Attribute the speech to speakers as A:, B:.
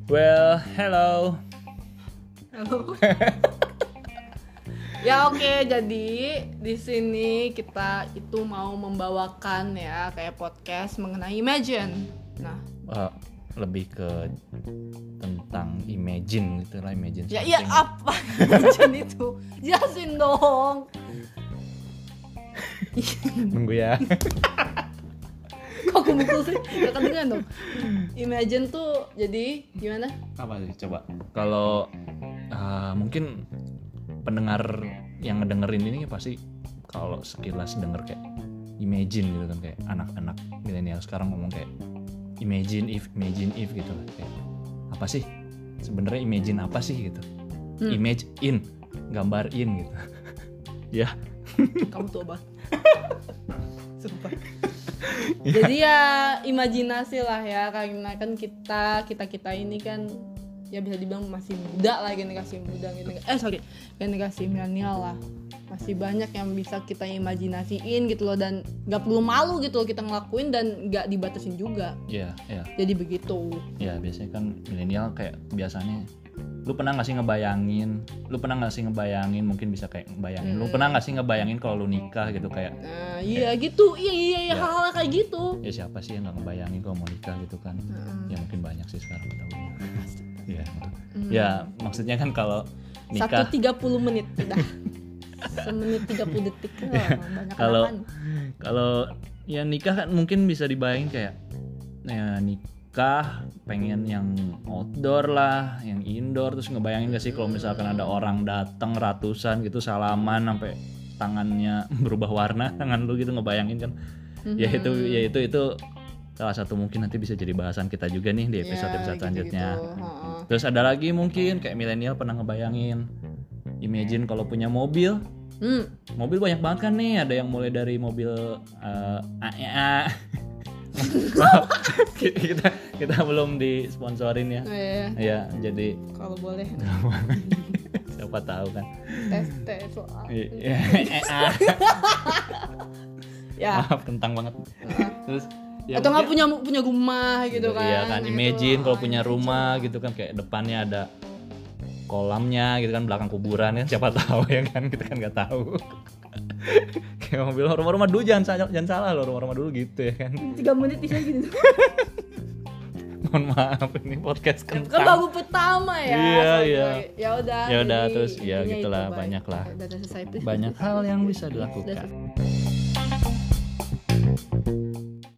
A: Well, hello.
B: Halo. Ya oke, jadi di sini kita itu mau membawakan ya kayak podcast mengenai Imagine. Nah,
A: Lebih ke tentang imagine gitu lah, imagine
B: ya
A: something.
B: iya apa Imagine itu? Jelasin dong.
A: Nunggu ya.
B: Kok aku mukul sih? Gak kedengeran dong. Imagine tuh jadi gimana?
A: Apa sih coba? Kalau mungkin pendengar yang ngedengerin ini pasti kalau sekilas denger kayak imagine gitu kan, kayak anak-anak milenial sekarang ngomong kayak imagine if gitu lah. Kayak apa sih sebenarnya imagine apa sih gitu? Image in, gambar in gitu. Ya.
B: Kamu tua banget. Sumpah. Jadi ya imajinasi lah ya, karena kan kita ini kan ya bisa dibilang masih muda lah, generasi muda generasi milenial lah, masih banyak yang bisa kita imajinasiin gitu loh, dan nggak perlu malu gitu loh kita ngelakuin dan nggak dibatasin juga.
A: Iya.
B: Jadi begitu.
A: Ya biasanya kan milenial kayak biasanya lu pernah nggak sih ngebayangin mungkin bisa kayak ngebayangin lu pernah nggak sih ngebayangin kalau lu nikah gitu kayak
B: Iya gitu, iya hal-hal kayak gitu.
A: ya siapa sih yang nggak ngebayangin kalau mau nikah gitu kan. Ya mungkin banyak sih sekarang tahu. Iya. Ya maksudnya kan kalau nikah
B: 1:30 menit udah. 1:30 detik banyak
A: kalau ya nikah kan mungkin bisa dibayangin kayak ya nikah pengen yang outdoor lah, yang indoor. Terus ngebayangin gak sih kalau misalkan ada orang datang ratusan gitu salaman sampai tangannya berubah warna tangan lu gitu, ngebayangin kan. Ya itu salah satu mungkin nanti bisa jadi bahasan kita juga nih di episode selanjutnya. Terus ada lagi mungkin kayak milenial pernah ngebayangin imagine kalau punya mobil. Mobil banyak banget kan nih, ada yang mulai dari mobil AEA. kita belum disponsorin ya. Ya, jadi
B: kalau boleh.
A: Siapa tahu kan.
B: Tes soal.
A: Ya. Maaf, kentang banget. Terus
B: ya, atau nggak punya rumah gitu kan.
A: Iya kan, imagine kalau punya rumah gitu kan, kayak depannya ada kolamnya gitu kan, belakang kuburan kan, siapa tahu ya kan, kita kan nggak tahu. Kayak mobil rumah-rumah dulu, jangan salah loh, rumah-rumah dulu gitu ya kan.
B: 3 menit bisa gitu.
A: Mohon maaf, ini podcast kentang.
B: Kan baru pertama ya.
A: Iya.
B: Ya udah
A: Terus ya gitulah, banyak lah.
B: Udah selesai.
A: Banyak hal yang bisa dilakukan.